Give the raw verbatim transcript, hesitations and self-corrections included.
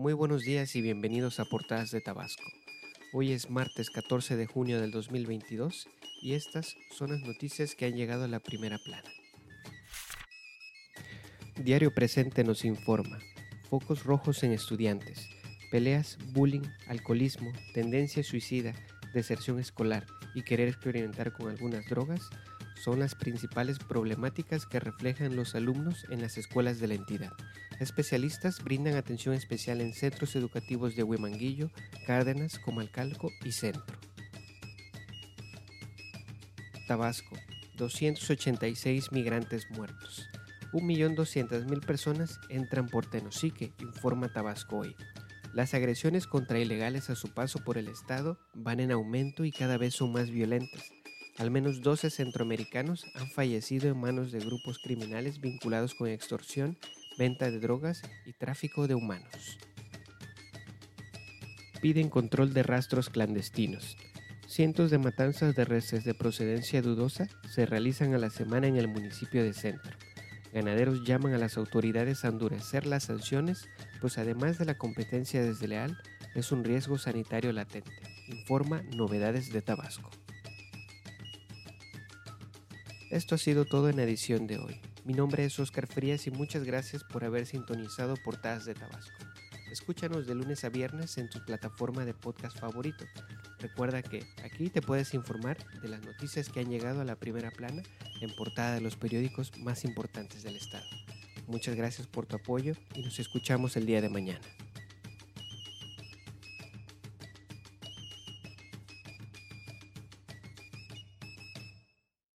Muy buenos días y bienvenidos a Portadas de Tabasco. Hoy es martes catorce de junio del dos mil veintidós y estas son las noticias que han llegado a la primera plana. Diario Presente nos informa: focos rojos en estudiantes, peleas, bullying, alcoholismo, tendencia suicida, deserción escolar y querer experimentar con algunas drogas son las principales problemáticas que reflejan los alumnos en las escuelas de la entidad. Especialistas brindan atención especial en centros educativos de Huimanguillo, Cárdenas, Comalcalco y Centro. Tabasco, doscientos ochenta y seis migrantes muertos. un millón doscientas mil personas entran por Tenosique, informa Tabasco Hoy. Las agresiones contra ilegales a su paso por el estado van en aumento y cada vez son más violentas. Al menos doce centroamericanos han fallecido en manos de grupos criminales vinculados con extorsión, venta de drogas y tráfico de humanos. Piden control de rastros clandestinos. Cientos de matanzas de reses de procedencia dudosa se realizan a la semana en el municipio de Centro. Ganaderos llaman a las autoridades a endurecer las sanciones, pues además de la competencia desleal, es un riesgo sanitario latente, informa Novedades de Tabasco. Esto ha sido todo en la edición de hoy. Mi nombre es Oscar Frías y muchas gracias por haber sintonizado Portadas de Tabasco. Escúchanos de lunes a viernes en tu plataforma de podcast favorito. Recuerda que aquí te puedes informar de las noticias que han llegado a la primera plana en portada de los periódicos más importantes del estado. Muchas gracias por tu apoyo y nos escuchamos el día de mañana.